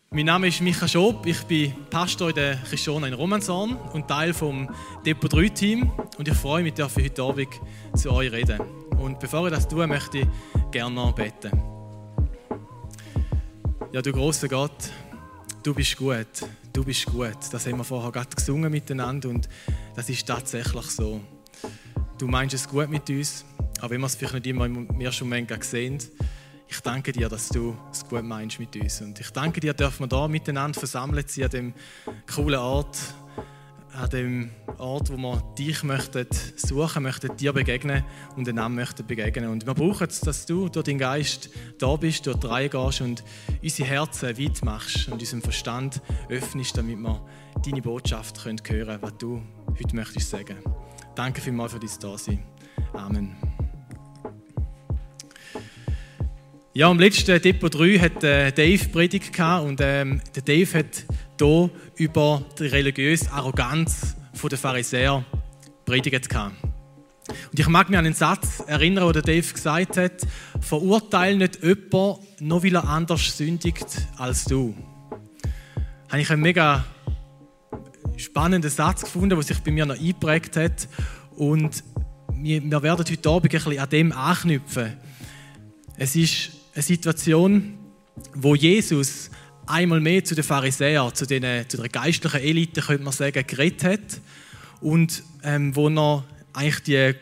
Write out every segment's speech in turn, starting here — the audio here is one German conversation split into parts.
Mein Name ist Micha Schob, ich bin Pastor in der Christiana in Romanshorn und Teil vom Depot 3 Team und ich freue mich, dass ich heute Abend zu euch reden. Und bevor ich das tue, möchte ich gerne noch beten. Ja, du grosser Gott, du bist gut, du bist gut. Das haben wir vorher gerade gesungen miteinander und das ist tatsächlich so. Du meinst es gut mit uns, auch wenn wir es vielleicht nicht immer im ersten Moment sehen. Ich danke dir, dass du es gut meinst mit uns. Und ich danke dir, dürfen wir hier miteinander versammelt sein, an dem coolen Ort, an dem Ort, wo wir dich möchten suchen möchten, dir begegnen und einander möchten begegnen. Und wir brauchen es, dass du durch deinen Geist da bist, durch die Reihe gehst und unsere Herzen weit machst und unseren Verstand öffnest, damit wir deine Botschaft hören können, was du heute möchtest sagen. Danke vielmals für dein Dasein. Amen. Ja, am letzten Depot 3 hat Dave Predigt gehabt und der Dave hat hier über die religiöse Arroganz der Pharisäer predigt gehabt. Und ich mag mich an einen Satz erinnern, den Dave gesagt hat: Verurteile nicht jemanden, nur weil er anders sündigt als du. Da habe ich einen mega spannenden Satz gefunden, der sich bei mir noch eingeprägt hat. Und wir werden heute Abend ein bisschen an dem anknüpfen. Es ist eine Situation, wo Jesus einmal mehr zu den Pharisäern, zu der geistlichen Elite, könnte man sagen, geredet hat und wo er eigentlich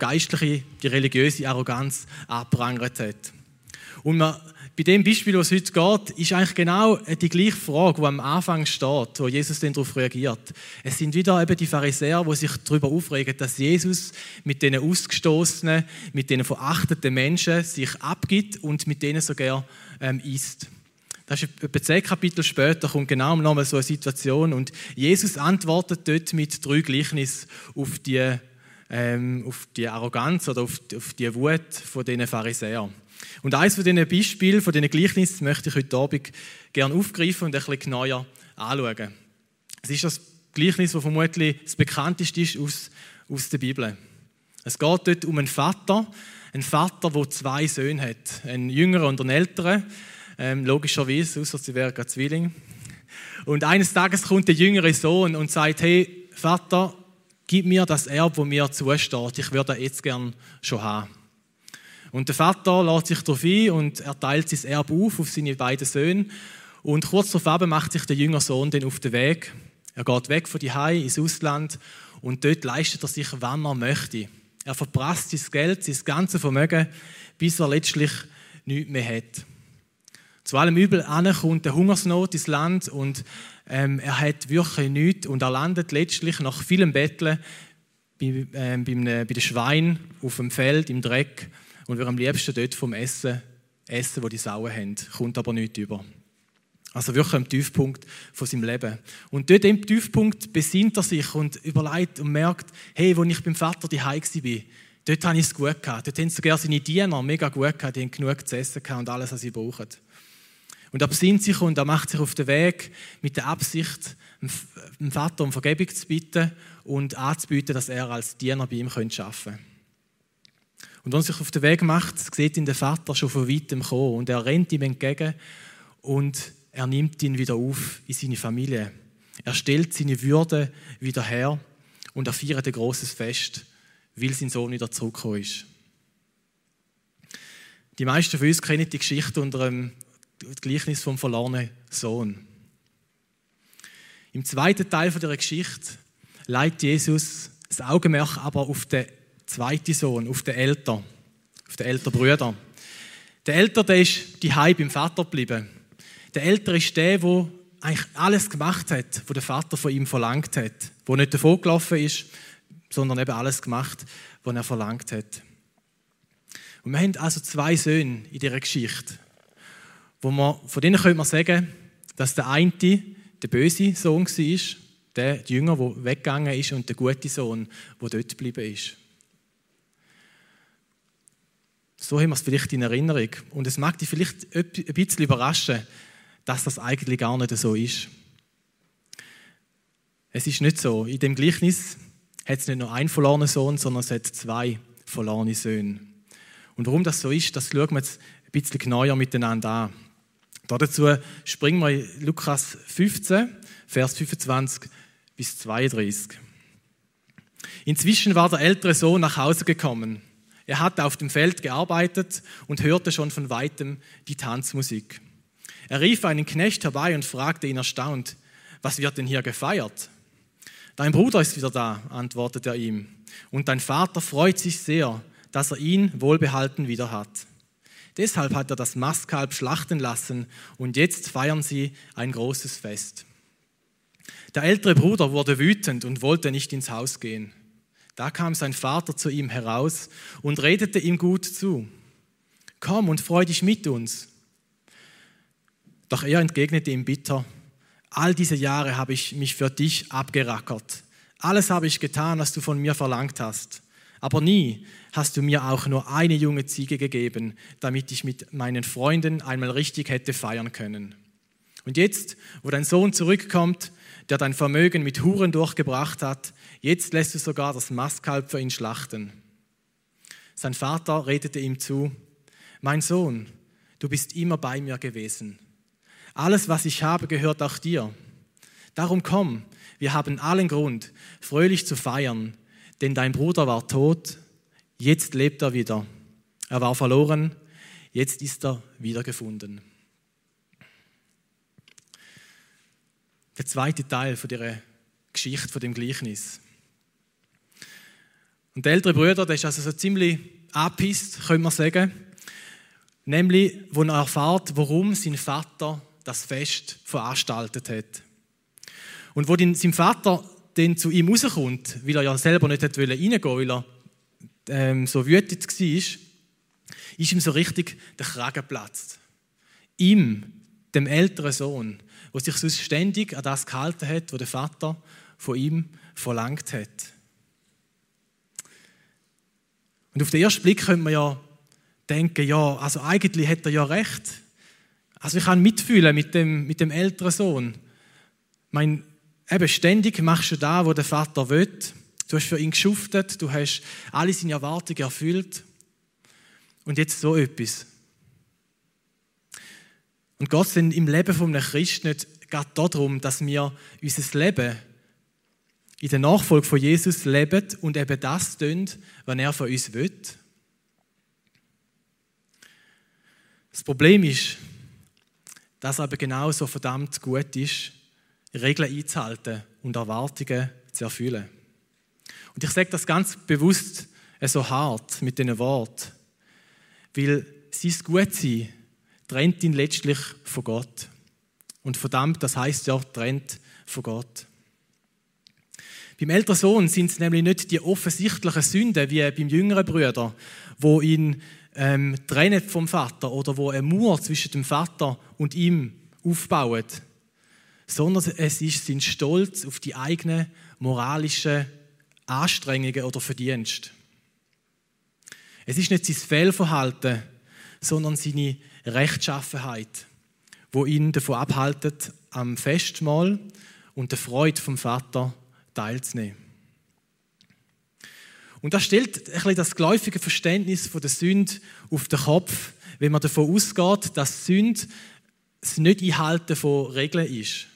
die religiöse Arroganz angeprangert hat. Und bei dem Beispiel, was es heute geht, ist eigentlich genau die gleiche Frage, die am Anfang steht, wo Jesus dann darauf reagiert. Es sind wieder eben die Pharisäer, die sich darüber aufregen, dass Jesus mit diesen Ausgestoßenen, mit diesen verachteten Menschen sich abgibt und mit denen sogar isst. Das ist etwa 10 Kapitel später, kommt genau nochmal so eine Situation und Jesus antwortet dort mit 3 Gleichnissen auf die Arroganz oder auf die Wut von diesen Pharisäern. Und eines von diesen Beispielen, von diesen Gleichnissen möchte ich heute Abend gerne aufgreifen und ein bisschen genauer anschauen. Es ist das Gleichnis, das vermutlich das bekannteste ist aus der Bibel. Es geht dort um einen Vater, der 2 Söhne hat, einen jüngeren und einen älteren, logischerweise, außer sie wären gerade Zwilling. Und eines Tages kommt der jüngere Sohn und sagt: Hey Vater, gib mir das Erbe, das mir zusteht, ich würde das jetzt gerne schon haben. Und der Vater lässt sich darauf ein und er teilt sein Erbe auf seine beiden Söhne. Und kurz darauf macht sich der jüngere Sohn dann auf den Weg. Er geht weg von Zuhause ins Ausland und dort leistet er sich, wann er möchte. Er verprasst sein Geld, sein ganzes Vermögen, bis er letztlich nichts mehr hat. Zu allem Übel kommt eine Hungersnot ins Land und er hat wirklich nichts und er landet letztlich nach vielem Betteln bei den Schweinen auf dem Feld, im Dreck. Und wir am liebsten dort vom Essen, wo die Sauen haben, kommt aber nichts über. Also wirklich am Tiefpunkt von seinem Leben. Und dort im Tiefpunkt besinnt er sich und überlegt und merkt: Hey, als ich beim Vater daheim war, dort habe ich es gut gehabt. Dort haben sogar seine Diener mega gut gehabt, die haben genug zu essen gehabt und alles, was sie brauchen. Und er besinnt sich und er macht sich auf den Weg mit der Absicht, dem Vater um Vergebung zu bitten und anzubieten, dass er als Diener bei ihm arbeiten könnte. Und wenn er sich auf den Weg macht, sieht ihn der Vater schon von weitem kommen und er rennt ihm entgegen und er nimmt ihn wieder auf in seine Familie. Er stellt seine Würde wieder her und er feiert ein grosses Fest, weil sein Sohn wieder zurückgekommen ist. Die meisten von uns kennen die Geschichte unter dem Gleichnis vom verlorenen Sohn. Im zweiten Teil dieser Geschichte legt Jesus das Augenmerk aber auf den zweiten Sohn, auf den älteren Bruder. Der Ältere, der ist daheim beim Vater geblieben. Der Ältere ist der eigentlich alles gemacht hat, was der Vater von ihm verlangt hat. Der nicht davon gelaufen ist, sondern eben alles gemacht, was er verlangt hat. Und wir haben also 2 Söhne in dieser Geschichte. Von denen könnte man sagen, dass der eine der böse Sohn war, der Jünger, der weggegangen ist, und der gute Sohn, der dort geblieben ist. So haben wir es vielleicht in Erinnerung. Und es mag dich vielleicht ein bisschen überraschen, dass das eigentlich gar nicht so ist. Es ist nicht so. In dem Gleichnis hat es nicht nur einen verlorenen Sohn, sondern es hat 2 verlorene Söhne. Und warum das so ist, das schauen wir jetzt ein bisschen genauer miteinander an. Dazu springen wir in Lukas 15, Vers 25 bis 32. Inzwischen war der ältere Sohn nach Hause gekommen. Er hatte auf dem Feld gearbeitet und hörte schon von weitem die Tanzmusik. Er rief einen Knecht herbei und fragte ihn erstaunt: Was wird denn hier gefeiert? Dein Bruder ist wieder da, antwortete er ihm. Und dein Vater freut sich sehr, dass er ihn wohlbehalten wieder hat. Deshalb hat er das Mastkalb schlachten lassen und jetzt feiern sie ein großes Fest. Der ältere Bruder wurde wütend und wollte nicht ins Haus gehen. Da kam sein Vater zu ihm heraus und redete ihm gut zu. Komm und freu dich mit uns. Doch er entgegnete ihm bitter: All diese Jahre habe ich mich für dich abgerackert. Alles habe ich getan, was du von mir verlangt hast. Aber nie hast du mir auch nur eine junge Ziege gegeben, damit ich mit meinen Freunden einmal richtig hätte feiern können. Und jetzt, wo dein Sohn zurückkommt, der dein Vermögen mit Huren durchgebracht hat, jetzt lässt du sogar das Mastkalb für ihn schlachten. Sein Vater redete ihm zu: Mein Sohn, du bist immer bei mir gewesen. Alles, was ich habe, gehört auch dir. Darum komm, wir haben allen Grund, fröhlich zu feiern, denn dein Bruder war tot, jetzt lebt er wieder. Er war verloren, jetzt ist er wiedergefunden. Der zweite Teil von dieser Geschichte, von dem Gleichnis. Und der ältere Bruder, der ist also so ziemlich angepisst, könnte man sagen. Nämlich, wo er erfährt, warum sein Vater das Fest veranstaltet hat. Und wo sein Vater dann zu ihm rauskommt, weil er ja selber nicht reingehen wollte, weil er so wütend war, ist ihm so richtig der Kragen geplatzt. Ihm, dem älteren Sohn, der sich sonst ständig an das gehalten hat, was der Vater von ihm verlangt hat. Und auf den ersten Blick könnte man ja denken, ja, also eigentlich hat er ja recht. Also ich kann mitfühlen mit dem älteren Sohn. Eben ständig machst du das, was der Vater will. Du hast für ihn geschuftet, du hast alle seine Erwartungen erfüllt. Und jetzt so etwas. Und Gott denn im Leben von einem Christen nicht geht darum, dass wir unser Leben in der Nachfolge von Jesus leben und eben das tun, was er von uns will. Das Problem ist, dass es aber genauso verdammt gut ist, Regeln einzuhalten und Erwartungen zu erfüllen. Und ich sage das ganz bewusst so hart mit diesen Worten, weil sein Gutsein trennt ihn letztlich von Gott. Und verdammt, das heisst ja, trennt von Gott. Beim älteren Sohn sind es nämlich nicht die offensichtlichen Sünden wie beim jüngeren Bruder, wo ihn trennen vom Vater oder wo eine Mauer zwischen dem Vater und ihm aufbaut, sondern es ist sein Stolz auf die eigenen moralischen Anstrengungen oder Verdienste. Es ist nicht sein Fehlverhalten, sondern seine Rechtschaffenheit, wo ihn davon abhaltet, am Festmahl und der Freude vom Vater teilzunehmen. Und das stellt ein bisschen das geläufige Verständnis von der Sünde auf den Kopf, wenn man davon ausgeht, dass Sünde das Nicht-Einhalten von Regeln ist.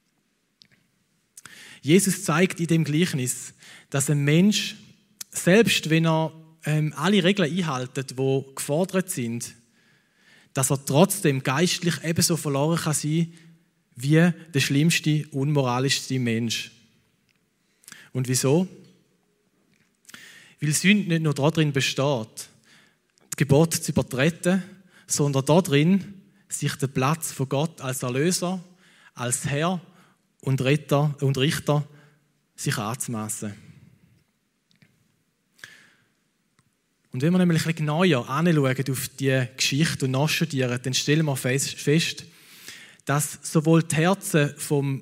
Jesus zeigt in dem Gleichnis, dass ein Mensch, selbst wenn er alle Regeln einhält, die gefordert sind, dass er trotzdem geistlich ebenso verloren kann sein wie der schlimmste, unmoralischste Mensch. Und wieso? Weil Sünde nicht nur darin besteht, das Gebot zu übertreten, sondern darin, sich den Platz von Gott als Erlöser, als Herr und Richter sich anzumassen. Und wenn wir nämlich ein bisschen genauer anschauen auf diese Geschichte und nachstudieren, dann stellen wir fest, dass sowohl die Herzen von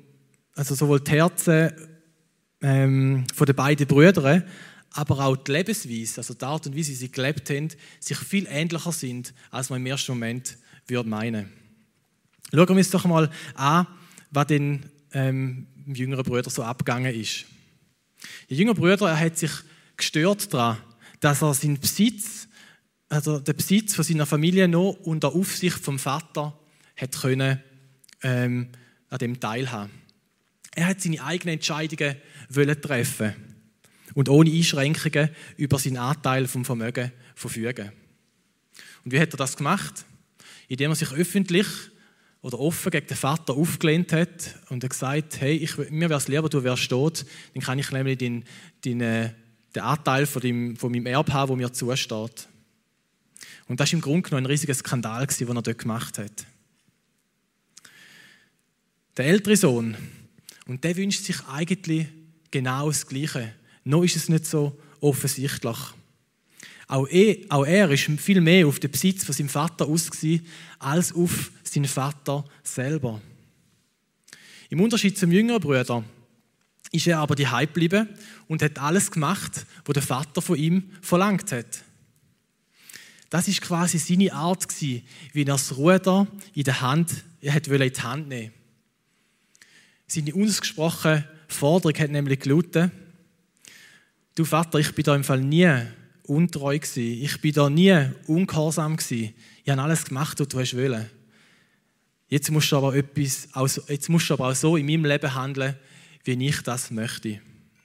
den beiden Brüdern, aber auch die Lebensweise, also die Art und Weise, wie sie gelebt haben, sich viel ähnlicher sind, als man im ersten Moment würde meinen. Schauen wir uns doch mal an, was den jüngeren Bruder so abgegangen ist. Der jüngere Bruder, er hat sich gestört daran, dass er seinen Besitz, also den Besitz von seiner Familie noch unter Aufsicht vom Vater hat können, an dem teilhaben. Er hat seine eigenen Entscheidungen treffen und ohne Einschränkungen über seinen Anteil vom Vermögen verfügen. Und wie hat er das gemacht? Indem er sich öffentlich oder offen gegen den Vater aufgelehnt hat und er gesagt, hey, mir wäre es lieber, du wärst tot, dann kann ich nämlich den Anteil von meinem Erbe haben, der mir zusteht. Und das war im Grunde genommen ein riesiger Skandal, den er dort gemacht hat. Der ältere Sohn, und der wünscht sich eigentlich genau das Gleiche. Noch ist es nicht so offensichtlich. Auch er war viel mehr auf den Besitz von seinem Vater aus als auf seinen Vater selber. Im Unterschied zum jüngeren Bruder ist er aber daheim geblieben und hat alles gemacht, was der Vater von ihm verlangt hat. Das ist quasi seine Art, wie er das Ruder in die Hand nehmen. Seine unausgesprochene Forderung hat nämlich gelautet: Du Vater, ich bin da im Fall nie untreu gewesen. Ich bin da nie ungehorsam gewesen. Ich habe alles gemacht, was du hast wollen. Jetzt musst du aber auch so in meinem Leben handeln, wie ich das möchte.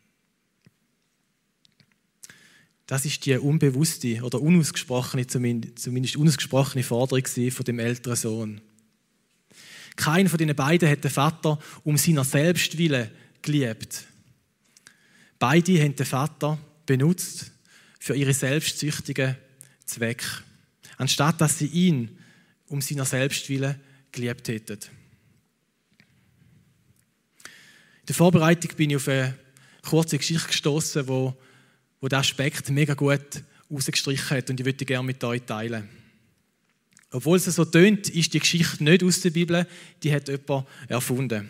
Das ist die unbewusste oder unausgesprochene, zumindest unausgesprochene Forderung von dem älteren Sohn. Keiner von den beiden hat den Vater um seiner selbst willen geliebt. Beide haben den Vater benutzt für ihre selbstsüchtigen Zwecke, anstatt dass sie ihn um seiner selbst willen geliebt hätten. In der Vorbereitung bin ich auf eine kurze Geschichte gestoßen, wo den Aspekt mega gut herausgestrichen hat und ich würde gerne mit euch teilen. Obwohl es so tönt, ist die Geschichte nicht aus der Bibel, die hat jemand erfunden.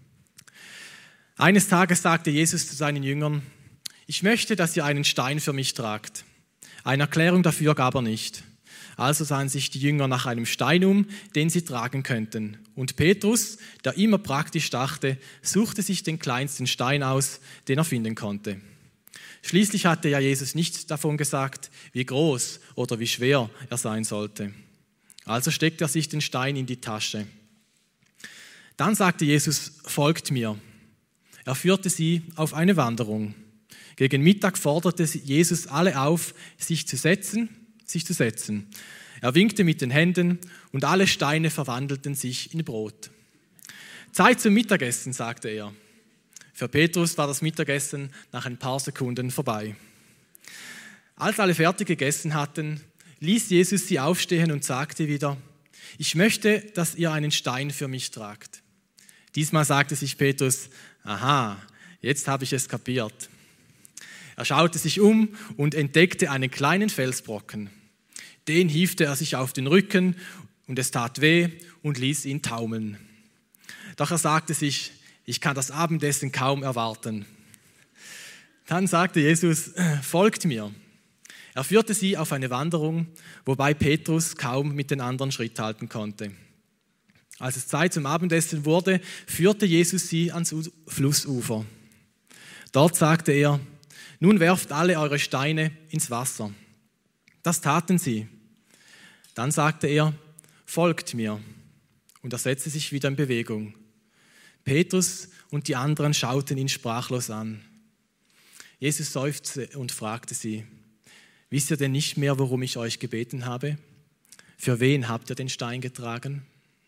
Eines Tages sagte Jesus zu seinen Jüngern: Ich möchte, dass ihr einen Stein für mich tragt. Eine Erklärung dafür gab er nicht. Also sahen sich die Jünger nach einem Stein um, den sie tragen könnten. Und Petrus, der immer praktisch dachte, suchte sich den kleinsten Stein aus, den er finden konnte. Schließlich hatte ja Jesus nicht davon gesagt, wie groß oder wie schwer er sein sollte. Also steckte er sich den Stein in die Tasche. Dann sagte Jesus: Folgt mir. Er führte sie auf eine Wanderung. Gegen Mittag forderte Jesus alle auf, sich zu setzen. Er winkte mit den Händen und alle Steine verwandelten sich in Brot. Zeit zum Mittagessen, sagte er. Für Petrus war das Mittagessen nach ein paar Sekunden vorbei. Als alle fertig gegessen hatten, ließ Jesus sie aufstehen und sagte wieder: Ich möchte, dass ihr einen Stein für mich tragt. Diesmal sagte sich Petrus: Aha, jetzt habe ich es kapiert. Er schaute sich um und entdeckte einen kleinen Felsbrocken. Den hiefte er sich auf den Rücken und es tat weh und ließ ihn taumeln. Doch er sagte sich: Ich kann das Abendessen kaum erwarten. Dann sagte Jesus: Folgt mir. Er führte sie auf eine Wanderung, wobei Petrus kaum mit den anderen Schritt halten konnte. Als es Zeit zum Abendessen wurde, führte Jesus sie ans Flussufer. Dort sagte er: Nun werft alle eure Steine ins Wasser. Das taten sie. Dann sagte er: Folgt mir. Und er setzte sich wieder in Bewegung. Petrus und die anderen schauten ihn sprachlos an. Jesus seufzte und fragte sie: Wisst ihr denn nicht mehr, worum ich euch gebeten habe? Für wen habt ihr den Stein getragen?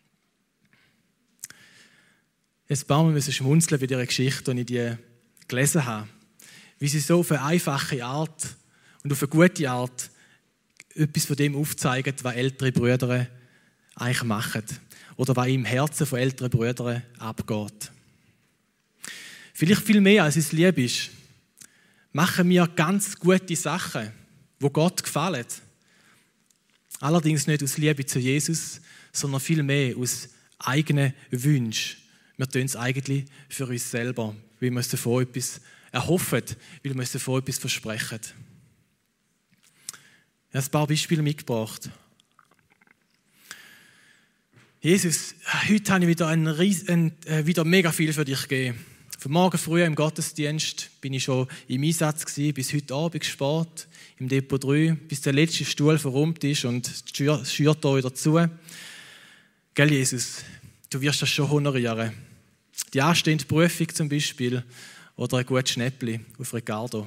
Jetzt müssen wir schmunzeln bei dieser Geschichte, die ich die gelesen habe. Wie sie so auf eine einfache Art und auf eine gute Art etwas von dem aufzeigen, was ältere Brüder eigentlich machen. Oder was im Herzen von älteren Brüdern abgeht. Vielleicht viel mehr, als es lieb ist, machen wir ganz gute Sachen, die Gott gefallen. Allerdings nicht aus Liebe zu Jesus, sondern vielmehr aus eigenen Wünschen. Wir tun es eigentlich für uns selber, weil wir uns davon etwas erhoffen, weil wir uns davon etwas versprechen. Ich habe ein paar Beispiele mitgebracht. Jesus, heute habe ich wieder mega viel für dich gegeben. Von morgen früh im Gottesdienst bin ich schon im Einsatz gewesen, bis heute Abend spät im Depot 3, bis der letzte Stuhl verräumt ist und die Schürtor wieder zu. Gell, Jesus, du wirst das schon honorieren. Die anstehende Prüfung zum Beispiel oder ein gutes Schnäppli auf Ricardo.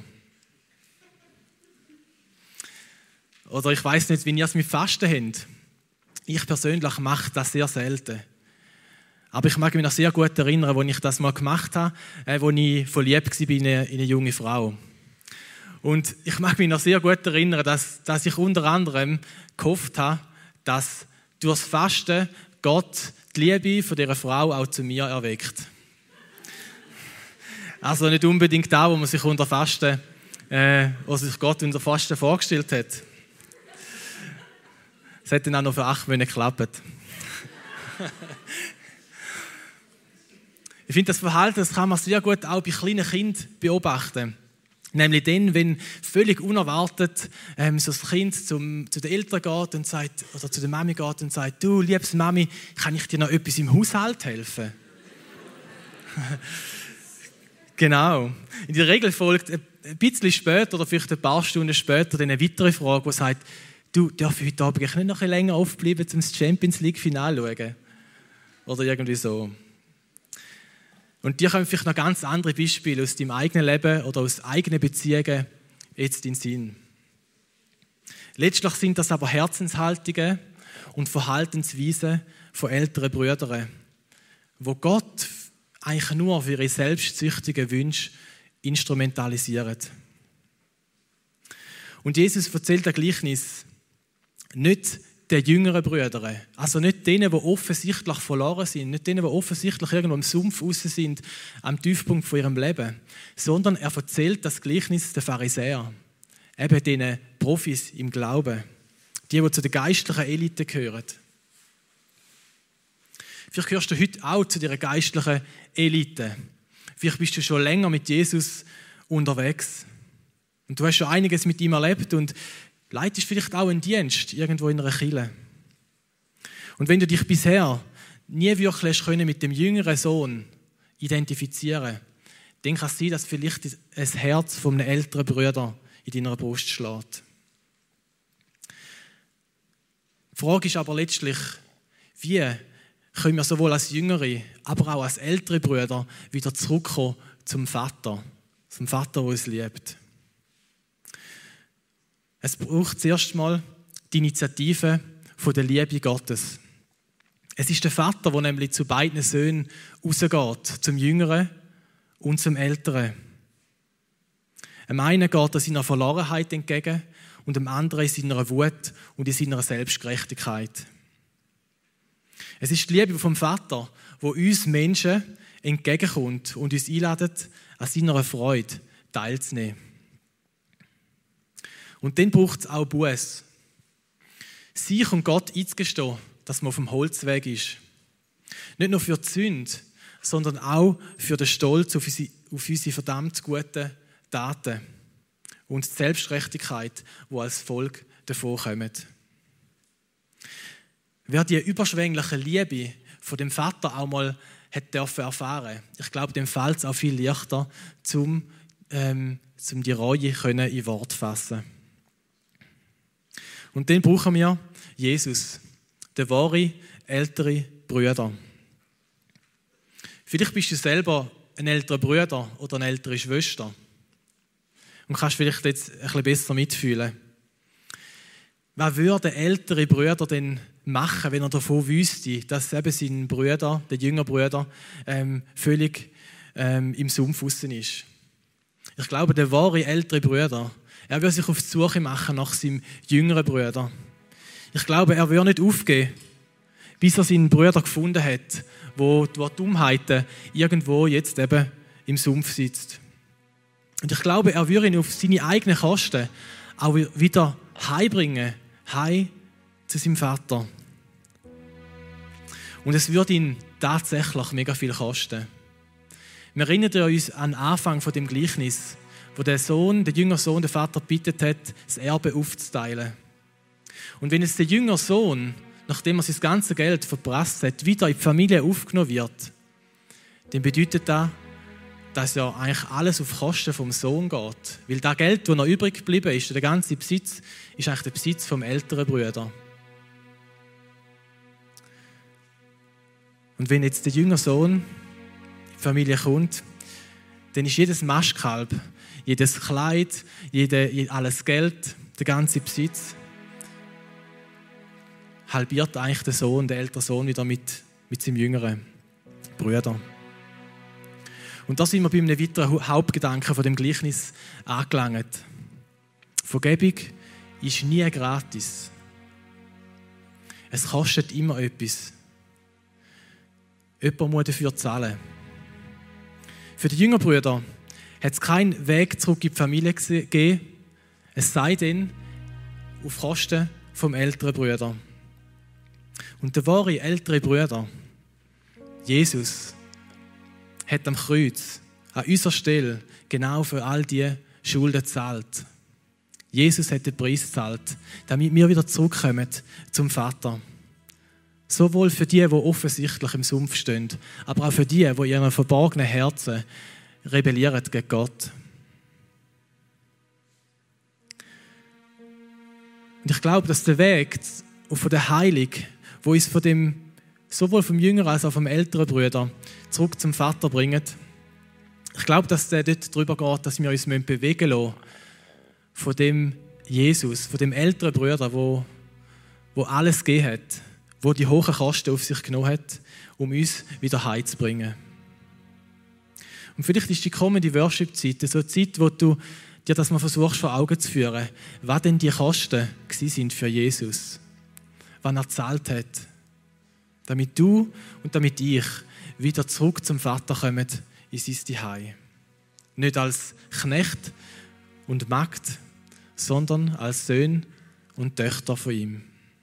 Oder ich weiss nicht, wie ihr es mit Fasten habt. Ich persönlich mache das sehr selten. Aber ich mag mich noch sehr gut erinnern, als ich das mal gemacht habe, als ich verliebt war in eine junge Frau. Und ich mag mich noch sehr gut erinnern, dass ich unter anderem gehofft habe, dass durch das Fasten Gott die Liebe von dieser Frau auch zu mir erweckt. Also nicht unbedingt da, wo man sich unter Fasten, was sich Gott unter Fasten vorgestellt hat. Es hat dann auch noch für 8 Monate geklappt. Ich finde, das Verhalten, das kann man sehr gut auch bei kleinen Kindern beobachten. Nämlich dann, wenn völlig unerwartet so das Kind zu den Eltern geht und sagt, oder zu der Mami geht und sagt, du, liebes Mami, kann ich dir noch etwas im Haushalt helfen? Genau. In der Regel folgt ein bisschen später oder vielleicht ein paar Stunden später dann eine weitere Frage, die sagt, du, darf ich heute Abend nicht noch ein bisschen länger aufbleiben, um das Champions League-Finale zu schauen? Oder irgendwie so. Und dir kommen vielleicht noch ganz andere Beispiele aus deinem eigenen Leben oder aus eigenen Beziehungen jetzt in den Sinn. Letztlich sind das aber Herzenshaltungen und Verhaltensweisen von älteren Brüdern, wo Gott eigentlich nur für ihre selbstsüchtigen Wünsche instrumentalisiert. Und Jesus erzählt ein Gleichnis nicht den jüngeren Brüdern, also nicht denen, die offensichtlich verloren sind, nicht denen, die offensichtlich irgendwo im Sumpf raus sind, am Tiefpunkt von ihrem Leben, sondern er erzählt das Gleichnis der Pharisäer, eben diesen Profis im Glauben, die zu der geistlichen Elite gehören. Vielleicht gehörst du heute auch zu dieser geistlichen Elite. Vielleicht bist du schon länger mit Jesus unterwegs und du hast schon einiges mit ihm erlebt und leitest vielleicht auch einen Dienst irgendwo in einer Kirche. Und wenn du dich bisher nie wirklich mit dem jüngeren Sohn identifizieren, dann kann es sein, dass vielleicht ein Herz von einem älteren Bruder in deiner Brust schlägt. Die Frage ist aber letztlich, wie können wir sowohl als jüngere, aber auch als ältere Brüder wieder zurückkommen zum Vater, der uns liebt. Es braucht zuerst mal die Initiative von der Liebe Gottes. Es ist der Vater, der nämlich zu beiden Söhnen rausgeht, zum Jüngeren und zum Älteren. Dem einen geht er seiner Verlorenheit entgegen und dem anderen in seiner Wut und in seiner Selbstgerechtigkeit. Es ist die Liebe vom Vater, wo uns Menschen entgegenkommt und uns einladet, an seiner Freude teilzunehmen. Und dann braucht es auch Buß. Sich und Gott einzugestehen, dass man auf dem Holzweg ist. Nicht nur für die Sünde, sondern auch für den Stolz auf unsere verdammt guten Taten und die Selbstgerechtigkeit, die als Folge davon kommt. Wer die überschwängliche Liebe von dem Vater auch mal erfahren, ich glaube, dem fällt es auch viel leichter, zum die Reue in Wort fassen. Und dann brauchen wir Jesus, den wahren älteren Bruder. Vielleicht bist du selber ein älterer Bruder oder eine ältere Schwester und kannst vielleicht jetzt ein bisschen besser mitfühlen. Was würde der ältere Bruder denn machen, wenn er davon wüsste, dass eben sein Bruder, der jüngere Bruder, völlig im Sumpf draussen ist? Ich glaube, der wahre ältere Bruder, er würde sich auf die Suche machen nach seinem jüngeren Bruder. Ich glaube, er würde nicht aufgeben, bis er seinen Bruder gefunden hat, wo durch Dummheiten irgendwo jetzt eben im Sumpf sitzt. Und ich glaube, er würde ihn auf seine eigenen Kosten auch wieder heimbringen, heim zu seinem Vater. Und es würde ihn tatsächlich mega viel kosten. Wir erinnern uns an den Anfang von dem Gleichnis, wo der jüngere Sohn, den Vater bittet hat, das Erbe aufzuteilen. Und wenn jetzt der jüngere Sohn, nachdem er sein ganzes Geld verprasst hat, wieder in die Familie aufgenommen wird, dann bedeutet das, dass ja eigentlich alles auf Kosten vom Sohn geht. Weil das Geld, das noch übrig geblieben ist, der ganze Besitz, ist eigentlich der Besitz vom älteren Bruder. Und wenn jetzt der jüngere Sohn in die Familie kommt, dann ist jedes Mastkalb, jedes Kleid, alles Geld, der ganze Besitz, halbiert eigentlich der ältere Sohn wieder mit seinem jüngeren Bruder. Und da sind wir bei einem weiteren Hauptgedanken von dem Gleichnis angelangt. Vergebung ist nie gratis. Es kostet immer etwas. Jemand muss dafür zahlen. Für die jüngeren Brüder hat es keinen Weg zurück in die Familie gegeben, es sei denn auf Kosten vom älteren Bruder. Und der wahre ältere Bruder, Jesus, hat am Kreuz an unserer Stelle genau für all die Schulden gezahlt. Jesus hat den Preis gezahlt, damit wir wieder zurückkommen zum Vater. Sowohl für die offensichtlich im Sumpf stehen, aber auch für die in ihren verborgenen Herzen rebellieren gegen Gott. Und ich glaube, dass der Weg von der Heilung, wo uns sowohl vom jüngeren als auch vom älteren Bruder zurück zum Vater bringt, ich glaube, dass der dort darüber geht, dass wir uns bewegen lassen von dem Jesus, von dem älteren Bruder, wo alles gegeben hat, wo die hohen Kosten auf sich genommen hat, um uns wieder heimzubringen. Und vielleicht ist die kommende Worship-Zeit so eine Zeit, wo du dir das mal versuchst vor Augen zu führen, was denn die Kosten sind für Jesus, was er gezahlt hat, damit du und damit ich wieder zurück zum Vater kommen in sein Zuhause. Nicht als Knecht und Magd, sondern als Söhne und Töchter von ihm.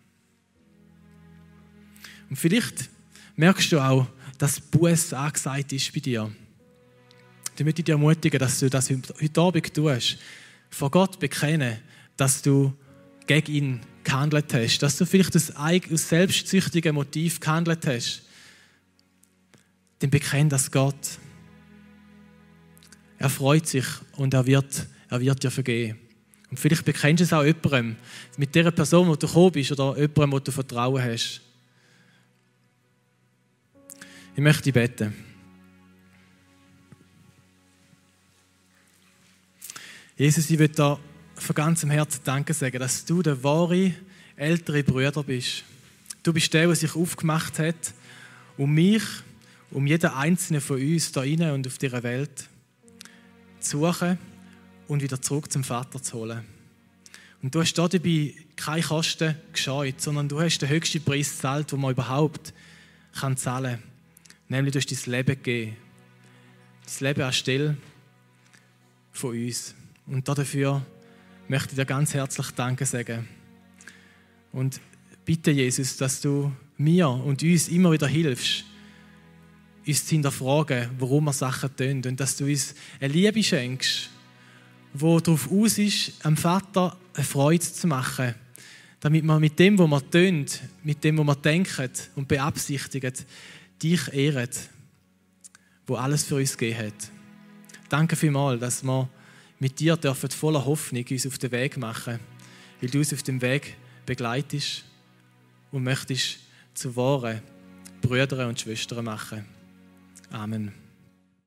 Und vielleicht merkst du auch, dass Buß angesagt ist bei dir. Ich möchte dich ermutigen, dass du das heute Abend tust. Vor Gott bekennen, dass du gegen ihn gehandelt hast. Dass du vielleicht aus selbstsüchtigen Motiv gehandelt hast. Dann bekenn das Gott. Er freut sich und er wird dir vergeben. Und vielleicht bekennst du es auch jemandem, mit der Person, wo du gekommen bist, oder jemandem, wo du Vertrauen hast. Ich möchte beten. Jesus, ich will dir von ganzem Herzen Danke sagen, dass du der wahre, ältere Bruder bist. Du bist der, der sich aufgemacht hat, um mich, um jeden Einzelnen von uns hier rein und auf dieser Welt zu suchen und wieder zurück zum Vater zu holen. Und du hast dabei keine Kosten gescheut, sondern du hast den höchsten Preis gezahlt, den man überhaupt zahlen kann. Nämlich du hast dein Leben gegeben. Dein Leben anstelle von uns. Und dafür möchte ich dir ganz herzlich Danke sagen. Und bitte, Jesus, dass du mir und uns immer wieder hilfst, uns zu hinterfragen, warum wir Sachen tun. Und dass du uns eine Liebe schenkst, die darauf aus ist, dem Vater eine Freude zu machen. Damit wir mit dem, was wir tun, mit dem, was wir denken und beabsichtigen, dich ehren, wo alles für uns gegeben hat. Danke vielmals, dass wir mit dir dürfen voller Hoffnung uns auf den Weg machen, weil du uns auf dem Weg begleitest und möchtest zu wahren Brüdern und Schwestern machen. Amen.